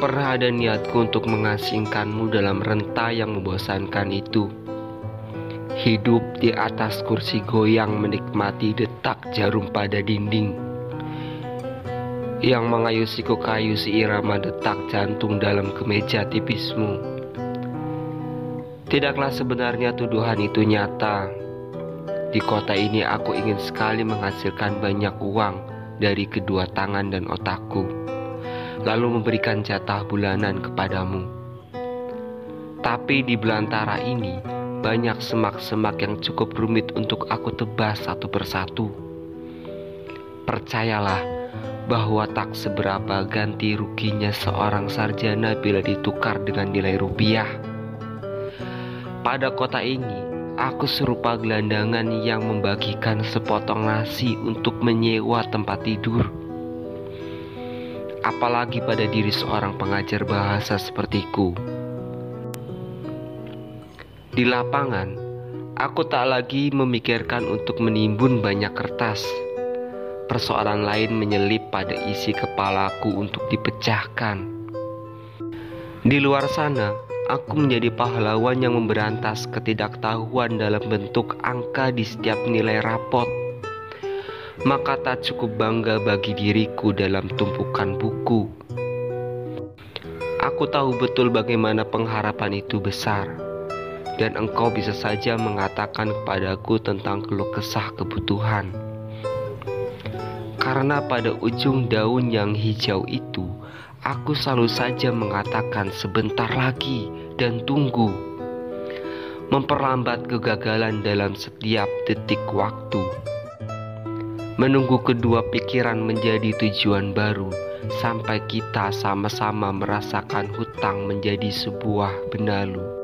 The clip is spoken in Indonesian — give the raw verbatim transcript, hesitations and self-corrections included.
pernah ada niatku untuk mengasingkanmu dalam renta yang membosankan itu. Hidup di atas kursi goyang menikmati detak jarum pada dinding yang mengayusiku kayu seirama detak jantung dalam kemeja tipismu. Tidaklah sebenarnya tuduhan itu nyata. Di kota ini aku ingin sekali menghasilkan banyak uang dari kedua tangan dan otakku, lalu memberikan jatah bulanan kepadamu. Tapi di belantara ini banyak semak-semak yang cukup rumit untuk aku tebas satu persatu. Percayalah bahwa tak seberapa ganti ruginya seorang sarjana bila ditukar dengan nilai rupiah. Pada kota ini, aku serupa gelandangan yang membagikan sepotong nasi untuk menyewa tempat tidur. Apalagi pada diri seorang pengajar bahasa sepertiku. Di lapangan, aku tak lagi memikirkan untuk menimbun banyak kertas. Persoalan lain menyelip pada isi kepalaku untuk dipecahkan. Di luar sana, aku menjadi pahlawan yang memberantas ketidaktahuan dalam bentuk angka di setiap nilai rapot. Maka tak cukup bangga bagi diriku dalam tumpukan buku. Aku tahu betul bagaimana pengharapan itu besar, dan engkau bisa saja mengatakan kepadaku tentang keluh kesah kebutuhan. Karena pada ujung daun yang hijau itu, aku selalu saja mengatakan sebentar lagi dan tunggu. Memperlambat kegagalan dalam setiap detik waktu. Menunggu kedua pikiran menjadi tujuan baru, sampai kita sama-sama merasakan hutang menjadi sebuah benalu.